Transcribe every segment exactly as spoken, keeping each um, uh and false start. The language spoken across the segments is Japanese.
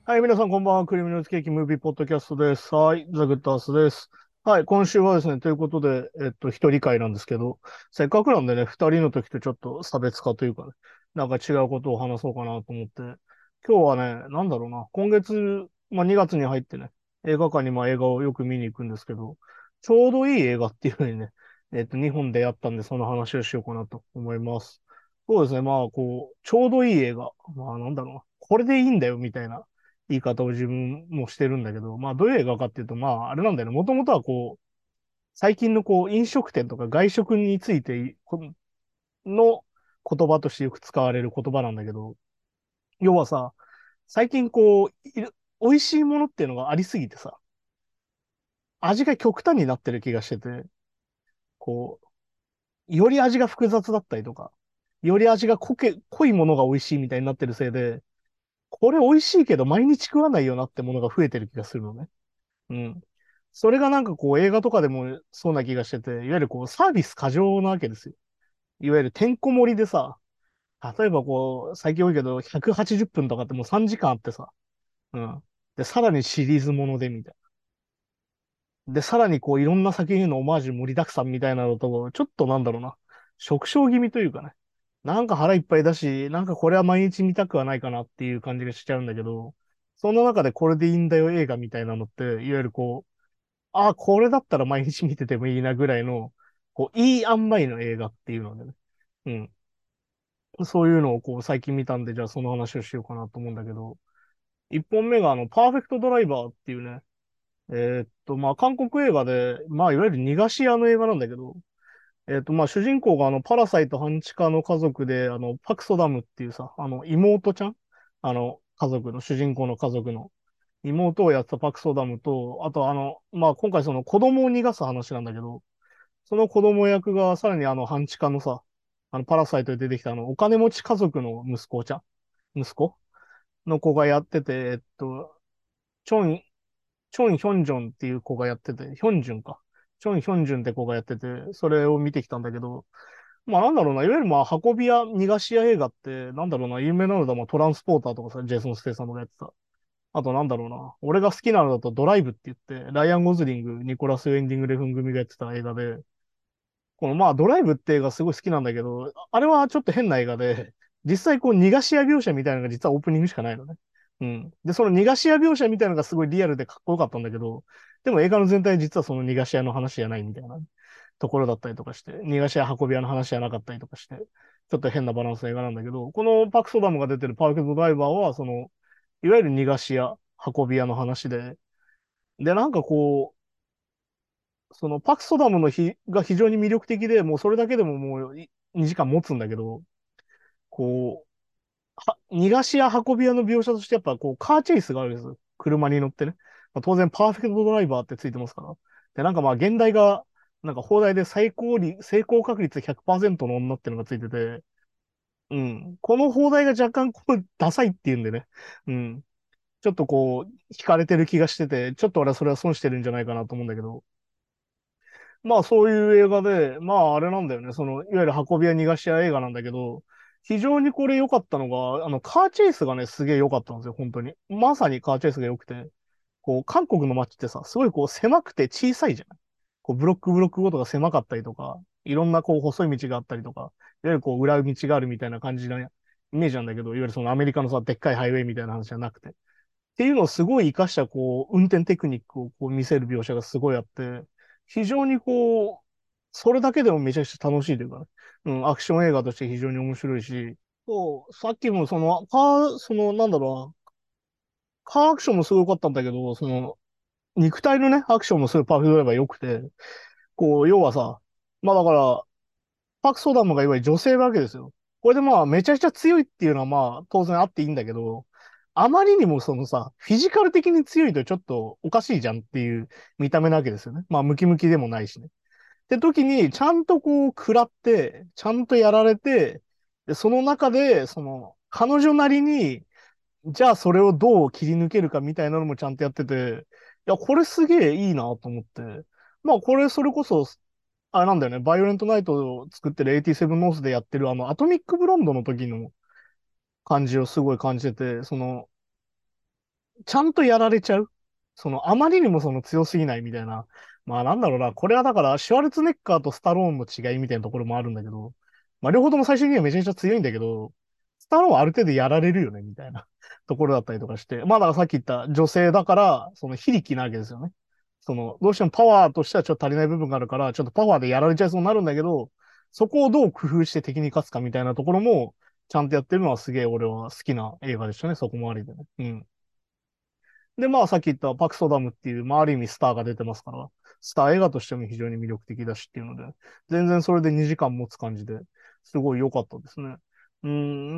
はい、皆さんこんばんは。クリームノイズケーキムービーポッドキャストです。はい、ザ・グッドアースです。はい、今週はですね、ということで、えっと、一人会なんですけど、せっかくなんでね、二人の時とちょっと差別化というかね、なんか違うことを話そうかなと思って、今日はね、なんだろうな、今月、まあにがつに入ってね、映画館にまあ映画をよく見に行くんですけど、ちょうどいい映画っていうふうにね、えっと、にほんでやったんで、その話をしようかなと思います。そうですね、まあ、こう、ちょうどいい映画。まあ、なんだろうな、これでいいんだよ、みたいな。言い方を自分もしてるんだけど、まあどういう映画かっていうと、まああれなんだよね。もともとはこう、最近のこう飲食店とか外食についての言葉としてよく使われる言葉なんだけど、要はさ、最近こう、いる美味しいものっていうのがありすぎてさ、味が極端になってる気がしてて、こう、より味が複雑だったりとか、より味が濃け、濃いものが美味しいみたいになってるせいで、これ美味しいけど毎日食わないよなってものが増えてる気がするのね。うん。それがなんかこう映画とかでもそうな気がしてて、いわゆるこうサービス過剰なわけですよ。いわゆるてんこ盛りでさ、例えばこう、最近多いけどひゃくはちじゅっぷんとかってもうさんじかんあってさ、うん。で、さらにシリーズものでみたいな。で、さらにこういろんな作品へのオマージュ盛りだくさんみたいなのと、ちょっとなんだろうな、食傷気味というかね。なんか腹いっぱいだし、なんかこれは毎日見たくはないかなっていう感じがしちゃうんだけど、そんな中でこれでいいんだよ映画みたいなのって、いわゆるこう、あ、これだったら毎日見ててもいいなぐらいの、こう、いい塩梅の映画っていうのでね。うん。そういうのをこう最近見たんで、じゃあその話をしようかなと思うんだけど、一本目があの、パーフェクトドライバーっていうね、えーっと、まあ、韓国映画で、まあ、いわゆる逃がし屋の映画なんだけど、えーっと、まあ、主人公があの、パラサイト半地下の家族で、あの、パクソダムっていうさ、あの、妹ちゃんあの、家族の、主人公の家族の妹をやってたパクソダムと、あとあの、まあ、今回その子供を逃がす話なんだけど、その子供役がさらにあの半地下のさ、あのパラサイトで出てきたあのお金持ち家族の息子ちゃん、息子の子がやってて、えっと、チョン、チョンヒョンジョンっていう子がやってて、ヒョンジュンか。チョンヒョンジュンって子がやってて、それを見てきたんだけど、まあなんだろうな、いわゆるまあ運び屋、逃がし屋映画って、なんだろうな、有名なのだ、まあトランスポーターとかさ、ジェイソン・ステイさんとかやってた。あとなんだろうな、俺が好きなのだとドライブって言って、ライアン・ゴズリング、ニコラス・ウェンディング・レフン組がやってた映画で、このまあドライブって映画すごい好きなんだけど、あれはちょっと変な映画で、実際こう逃がし屋描写みたいなのが実はオープニングしかないのね。うん。で、その逃がし屋描写みたいなのがすごいリアルでかっこよかったんだけど、でも映画の全体実はその逃がし屋の話じゃないみたいなところだったりとかして、逃がし屋運び屋の話じゃなかったりとかして、ちょっと変なバランスの映画なんだけど、このパクソダムが出てるパーフェクトドライバーは、その、いわゆる逃がし屋、運び屋の話で、で、なんかこう、そのパクソダムの日が非常に魅力的で、もうそれだけでももうにじかん持つんだけど、こう、は逃がし屋運び屋の描写としてやっぱこうカーチェイスがあるんですよ。車に乗ってね。まあ、当然パーフェクトドライバーってついてますから。で、なんかまあ現代が、なんか放題で最高率、成功確率ひゃくパーセントの女っていうのがついてて、うん。この放題が若干こうダサいっていうんでね。うん。ちょっとこう、惹かれてる気がしてて、ちょっと俺はそれは損してるんじゃないかなと思うんだけど。まあそういう映画で、まああれなんだよね。その、いわゆる運び屋逃がし屋映画なんだけど、非常にこれ良かったのが、あの、カーチェイスがね、すげえ良かったんですよ、本当に。まさにカーチェイスが良くて、こう、韓国の街ってさ、すごいこう狭くて小さいじゃない。こう、ブロックブロックごとが狭かったりとか、いろんなこう細い道があったりとか、いわゆるこう裏道があるみたいな感じなイメージなんだけど、いわゆるそのアメリカのさ、でっかいハイウェイみたいな話じゃなくて。っていうのをすごい活かした、こう、運転テクニックをこう見せる描写がすごいあって、非常にこう、それだけでもめちゃくちゃ楽しいというかね、うん、アクション映画として非常に面白いし、そう、さっきもその、カー、その、なんだろうな、カーアクションもすごい良かったんだけど、その、肉体のね、アクションもすごいパーフェクトドライバー良くて、こう、要はさ、まあだから、パクソダムがいわゆる女性なわけですよ。これでまあ、めちゃくちゃ強いっていうのはまあ、当然あっていいんだけど、あまりにもそのさ、フィジカル的に強いとちょっとおかしいじゃんっていう見た目なわけですよね。まあ、ムキムキでもないしね。って時に、ちゃんとこう、食らって、ちゃんとやられて、で、その中で、その、彼女なりに、じゃあそれをどう切り抜けるかみたいなのもちゃんとやってて、いや、これすげえいいなと思って。まあ、これそれこそ、あれなんだよね。バイオレントナイトを作ってるエイティセブンノースでやってるあの、アトミックブロンドの時の感じをすごい感じてて、その、 ちゃんとやられちゃう。その、あまりにもその強すぎないみたいな。まあなんだろうな。これはだから、シュワルツェネッガーとスタローンの違いみたいなところもあるんだけど、まあ両方とも最終的にはめちゃめちゃ強いんだけど、スタローンはある程度やられるよね、みたいなところだったりとかして。まあだからさっき言った女性だから、その非力なわけですよね。その、どうしてもパワーとしてはちょっと足りない部分があるから、ちょっとパワーでやられちゃいそうになるんだけど、そこをどう工夫して敵に勝つかみたいなところも、ちゃんとやってるのはすげえ俺は好きな映画でしたね、そこもありでね。うん。で、まあさっき言ったパクソダムっていう、まあある意味スターが出てますから、スター映画としても非常に魅力的だしっていうので、全然それでにじかん持つ感じで、すごい良かったですね。うん、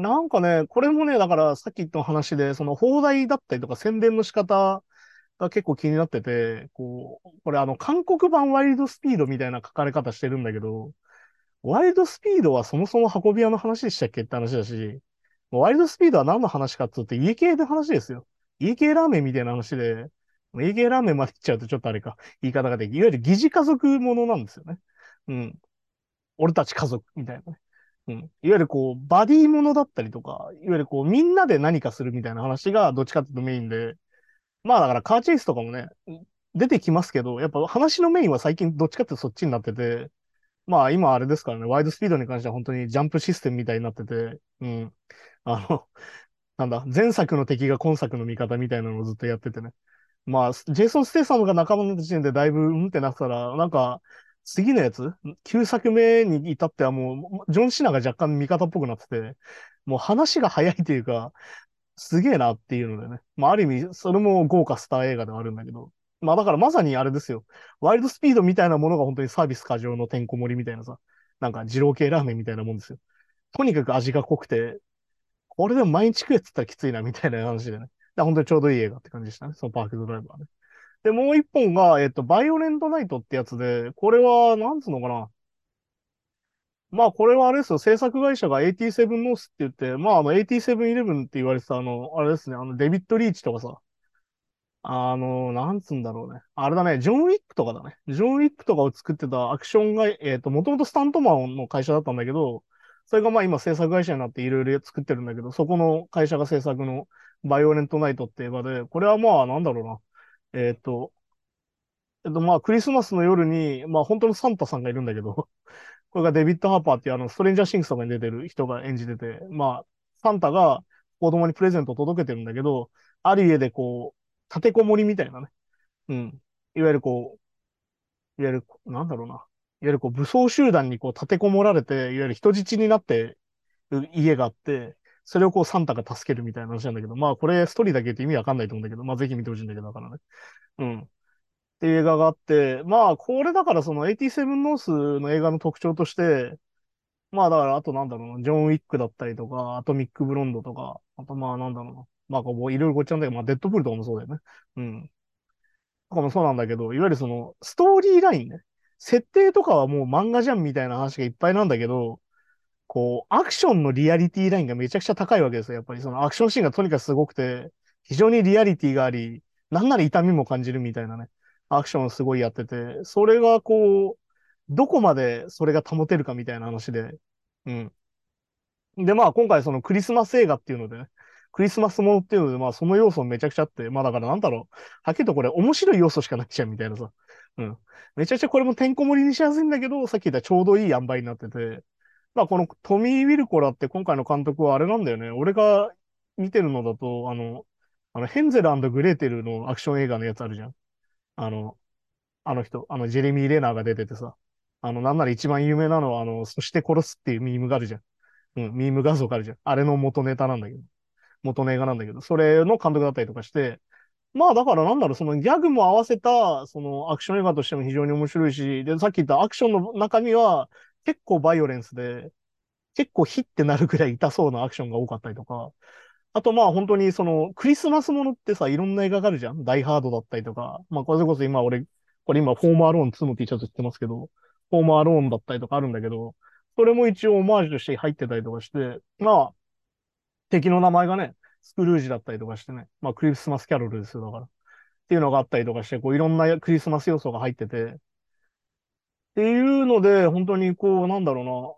なんかね、これもね、だからさっき言った話で、その放題だったりとか宣伝の仕方が結構気になってて、こう、これあの、韓国版ワイルドスピードみたいな書かれ方してるんだけど、ワイルドスピードはそもそも運び屋の話でしたっけって話だし、ワイルドスピードは何の話かって言うと家系の話ですよ。家系ラーメンみたいな話で、家系ラーメンまで言っちゃうとちょっとあれか、言い方ができ、いわゆる疑似家族ものなんですよね。うん。俺たち家族みたいなね。うん。いわゆるこう、バディものだったりとか、いわゆるこう、みんなで何かするみたいな話がどっちかっていうとメインで、まあだからカーチェイスとかもね、出てきますけど、やっぱ話のメインは最近どっちかっていうとそっちになってて、まあ今あれですからね、ワイドスピードに関しては本当にジャンプシステムみたいになってて、うん。あの、なんだ、前作の敵が今作の味方みたいなのをずっとやっててね。まあ、ジェイソン・ステイサムが仲間になった時点でだいぶうんってなったら、なんか、次のやつ ?きゅう 作目に至ってはもう、ジョン・シナが若干味方っぽくなってて、もう話が早いというか、すげえなっていうのでね。まあ、ある意味、それも豪華スター映画ではあるんだけど。まあ、だからまさにあれですよ。ワイルドスピードみたいなものが本当にサービス過剰のてんこ盛りみたいなさ。なんか、二郎系ラーメンみたいなもんですよ。とにかく味が濃くて、これでも毎日食えって言ったらきついなみたいな話でね。だから本当にちょうどいい映画って感じでしたね。そのパークドライバーね。で、もう一本が、えっと、バイオレントナイトってやつで、これは、なんつうのかな。まあ、これはあれですよ。制作会社がエイティセブンノースって言って、まあ、あの、エイティセブンイレブンって言われてた、あの、あれですね。あの、デビッド・リーチとかさ、あの、なんつうんだろうね。あれだね、ジョン・ウィックとかだね。ジョン・ウィックとかを作ってたアクションが、えっと、もともとスタントマンの会社だったんだけど、それがまあ今制作会社になっていろいろ作ってるんだけど、そこの会社が制作のバイオレントナイトって映画で、これはまあなんだろうな。えっと、えっとまあクリスマスの夜に、まあ本当のサンタさんがいるんだけど、これがデビッド・ハーパーっていうあの、ストレンジャー・シングスとかに出てる人が演じてて、まあ、サンタが子供にプレゼントを届けてるんだけど、ある家でこう、立てこもりみたいなね。うん。いわゆるこう、いわゆる、なんだろうな。いわゆるこう、武装集団にこう、立てこもられて、いわゆる人質になってる家があって、それをこう、サンタが助けるみたいな話なんだけど、まあ、これ、ストーリーだけ言って意味わかんないと思うんだけど、まあ、ぜひ見てほしいんだけど、だからね。うん。っていう映画があって、まあ、これだからそのエイティセブンノースの映画の特徴として、まあ、だから、あとなんだろうな、ジョン・ウィックだったりとか、アトミック・ブロンドとか、あとまあ、なんだろうな。まあ、こう、いろいろごっちゃんだけど、まあ、デッドプールとかもそうだよね。うん。とかもそうなんだけど、いわゆるその、ストーリーラインね。設定とかはもう漫画じゃんみたいな話がいっぱいなんだけど、こう、アクションのリアリティラインがめちゃくちゃ高いわけですよ。やっぱりそのアクションシーンがとにかくすごくて、非常にリアリティがあり、なんなら痛みも感じるみたいなね。アクションをすごいやってて、それがこう、どこまでそれが保てるかみたいな話で、うん。で、まあ、今回そのクリスマス映画っていうのでね、クリスマスものっていうので、まあ、その要素めちゃくちゃあって、まあ、だからなんだろう。はっきりとこれ面白い要素しかないじゃんみたいなさ。うん。めちゃくちゃこれもてんこ盛りにしやすいんだけど、さっき言ったちょうどいい塩梅になってて、まあ、このトミー・ウィルコラって今回の監督はあれなんだよね。俺が見てるのだと、あの、あの、ヘンゼルグレーテルのアクション映画のやつあるじゃん。あの、あの人、あの、ジェレミー・レナーが出ててさ。あの、なんなら一番有名なのは、あの、そして殺すっていうミームがあるじゃん。うん、ミーム画像があるじゃん。あれの元ネタなんだけど、元の映画なんだけど、それの監督だったりとかして、まあだからなんだろう、そのギャグも合わせた、そのアクション映画としても非常に面白いし、で、さっき言ったアクションの中には結構バイオレンスで、結構ヒッてなるぐらい痛そうなアクションが多かったりとか、あとまあ本当にそのクリスマスものってさ、いろんな映画があるじゃん。ダイハードだったりとか、まあこれこそ今俺、これ今フォームアローンツーの T シャツ着てますけど、フォームアローンだったりとかあるんだけど、それも一応オマージュとして入ってたりとかして、まあ敵の名前がね、スクルージだったりとかしてね、まあクリスマスキャロルですよ、だから。っていうのがあったりとかして、こういろんなクリスマス要素が入ってて、っていうので、本当にこう、なんだろうな、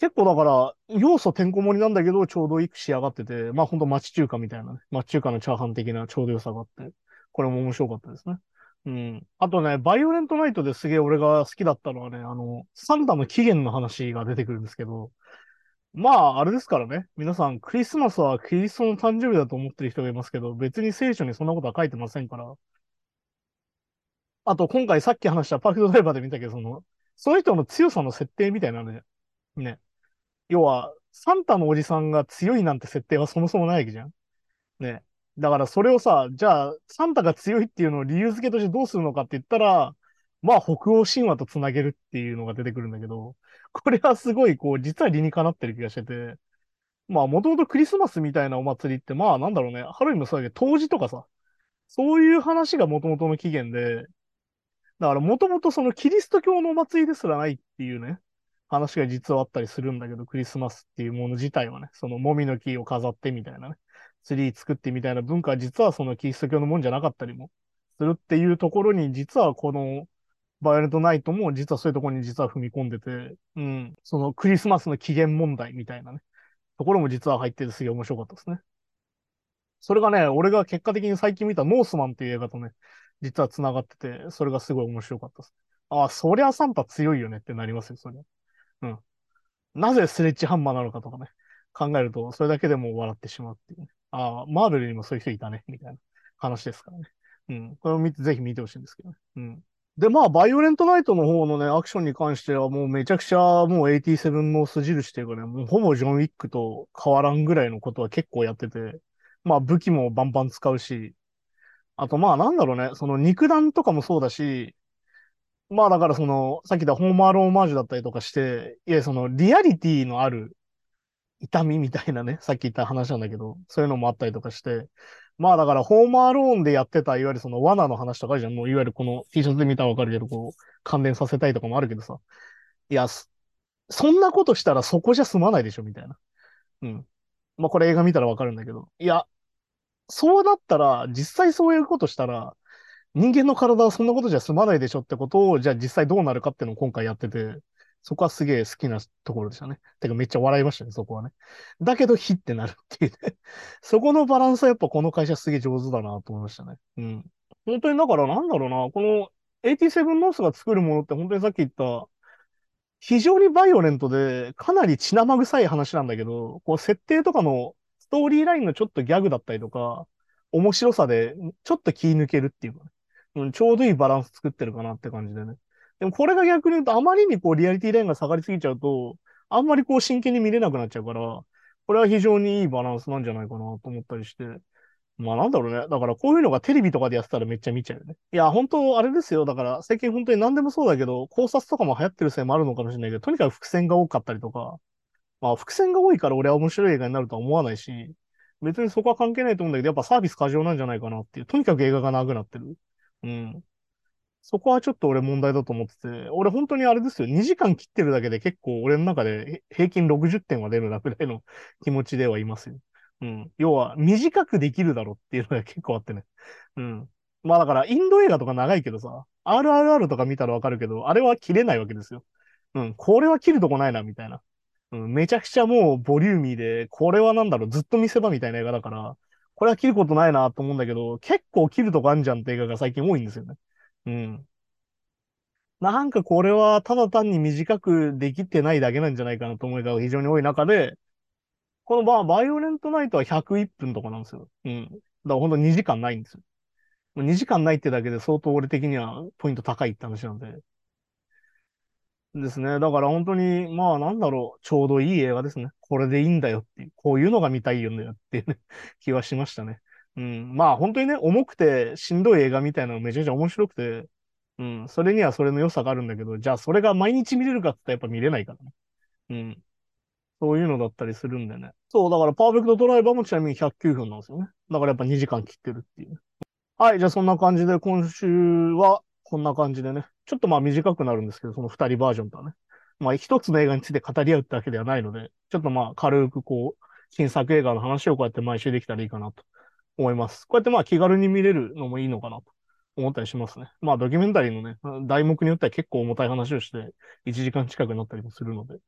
結構だから、要素てんこ盛りなんだけど、ちょうどいい仕上がってて、まあほんと町中華みたいなね。町中華のチャーハン的なちょうど良さがあって、これも面白かったですね。うん。あとね、バイオレントナイトですげえ俺が好きだったのはね、あの、サンタの起源の話が出てくるんですけど、まあ、あれですからね。皆さん、クリスマスはキリストの誕生日だと思ってる人がいますけど、別に聖書にそんなことは書いてませんから。あと、今回さっき話したパークドライバーで見たけど、その、その人の強さの設定みたいなのね。ね。要は、サンタのおじさんが強いなんて設定はそもそもないわけじゃん。ね。だからそれをさ、じゃあ、サンタが強いっていうのを理由付けとしてどうするのかって言ったら、まあ、北欧神話とつなげるっていうのが出てくるんだけど、これはすごい、こう、実は理にかなってる気がしてて、まあ、もともとクリスマスみたいなお祭りって、まあ、なんだろうね、ハロウィンもそうだけど、冬至とかさ、そういう話がもともとの起源で、だからもともとそのキリスト教のお祭りですらないっていうね、話が実はあったりするんだけど、クリスマスっていうもの自体はね、そのもみの木を飾ってみたいなね、ツリー作ってみたいな文化は実はそのキリスト教のもんじゃなかったりもするっていうところに、実はこのバイオレントナイトも実はそういうところに実は踏み込んでて、うん、そのクリスマスの起源問題みたいなね、ところも実は入っててすげえ面白かったですね。それがね、俺が結果的に最近見たノースマンっていう映画とね、実は繋がってて、それがすごい面白かったです。ああ、そりゃサンタ強いよねってなりますよ、それ。うん。なぜスレッジハンマーなのかとかね、考えると、それだけでも笑ってしまうっていうね。ああ、マーベルにもそういう人いたね、みたいな話ですからね。うん。これを見て、ぜひ見てほしいんですけどね。うん。で、まあ、バイオレントナイトの方のね、アクションに関してはもうめちゃくちゃもうエイティセブンの筋印っていうかね、もうほぼジョン・ウィックと変わらんぐらいのことは結構やってて、まあ武器もバンバン使うし、あとまあなんだろうね、その肉弾とかもそうだし、まあだからその、さっき言ったホームアローンオマージュだったりとかして、いやそのリアリティのある痛みみたいなね、さっき言った話なんだけど、そういうのもあったりとかして、まあだからホームアローンでやってた、いわゆるその罠の話とかあるじゃん。もういわゆるこの T シャツで見たらわかるけど、こう、関連させたいとかもあるけどさ。いや、そそんなことしたらそこじゃ済まないでしょ、みたいな。うん。まあこれ映画見たらわかるんだけど。いや、そうなったら、実際そういうことしたら、人間の体はそんなことじゃ済まないでしょってことを、じゃあ実際どうなるかっていうのを今回やってて、そこはすげえ好きなところでしたね。てかめっちゃ笑いましたね、そこはね。だけど、ヒってなるっていうね。そこのバランスはやっぱこの会社すげえ上手だなと思いましたね。うん。本当にだからなんだろうな、このエイティセブンノースが作るものって本当にさっき言った非常にバイオレントで、かなり血生臭い話なんだけど、こう、設定とかのストーリーラインのちょっとギャグだったりとか、面白さで、ちょっと気抜けるっていうかね、うん、ちょうどいいバランス作ってるかなって感じでね。でもこれが逆に言うと、あまりにこう、リアリティラインが下がりすぎちゃうと、あんまりこう、真剣に見れなくなっちゃうから、これは非常にいいバランスなんじゃないかなと思ったりして、まあなんだろうね。だからこういうのがテレビとかでやってたらめっちゃ見ちゃうよね。いや、本当あれですよ。だから最近本当に何でもそうだけど、考察とかも流行ってるせいもあるのかもしれないけど、とにかく伏線が多かったりとか、まあ伏線が多いから俺は面白い映画になるとは思わないし、別にそこは関係ないと思うんだけど、やっぱサービス過剰なんじゃないかなっていう。とにかく映画が長くなってる。うん。そこはちょっと俺問題だと思ってて、俺本当にあれですよ。にじかん切ってるだけで結構俺の中で平均ろくじゅってんは出るなくらいの気持ちではいますよ。うん。要は短くできるだろっていうのが結構あってね。うん。まあだからインド映画とか長いけどさ、アールアールアール とか見たらわかるけど、あれは切れないわけですよ。うん。これは切るとこないな、みたいな。うん。めちゃくちゃもうボリューミーで、これはなんだろう、ずっと見せ場みたいな映画だから、これは切ることないなと思うんだけど、結構切るとこあんじゃんって映画が最近多いんですよね。うん。なんかこれはただ単に短くできてないだけなんじゃないかなと思いが非常に多い中で、このバー、バイオレントナイトはひゃくいっぷんとかなんですよ。うん。だからほんとにじかんないんですよ。もうにじかんないってだけで相当俺的にはポイント高いって話なんで。ですね。だから本当に、まあなんだろう、ちょうどいい映画ですね。これでいいんだよっていう、こういうのが見たいんだよっていうね、気はしましたね。うん。まあ本当にね、重くてしんどい映画みたいなのめちゃくちゃ面白くて、うん。それにはそれの良さがあるんだけど、じゃあそれが毎日見れるかって言ったらやっぱ見れないからね。うん。そういうのだったりするんでね。そう、だからパーフェクトドライバーもちなみにひゃくきゅうふんなんですよね。だからやっぱにじかん切ってるっていうね。はい、じゃあそんな感じで今週はこんな感じでね。ちょっとまあ短くなるんですけど、そのふたりバージョンとはね。まあ一つの映画について語り合うってわけではないので、ちょっとまあ軽くこう、新作映画の話をこうやって毎週できたらいいかなと思います。こうやってまあ気軽に見れるのもいいのかなと思ったりしますね。まあドキュメンタリーのね、題目によっては結構重たい話をしていちじかん近くなったりもするので、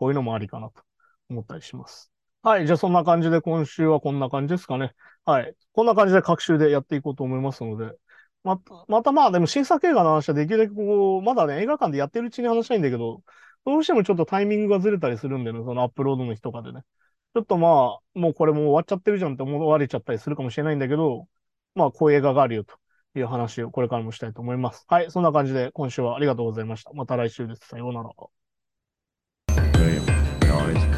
こういうのもありかなと思ったりします。はい。じゃあそんな感じで今週はこんな感じですかね。はい。こんな感じで各週でやっていこうと思いますので。また、またまあでも新作映画の話はできるだけこう、まだね、映画館でやってるうちに話したいんだけど、どうしてもちょっとタイミングがずれたりするんでね、そのアップロードの日とかでね。ちょっとまあ、もうこれもう終わっちゃってるじゃんって思われちゃったりするかもしれないんだけど、まあこういう映画があるよという話をこれからもしたいと思います。はい。そんな感じで今週はありがとうございました。また来週です。さようなら。 William, you know,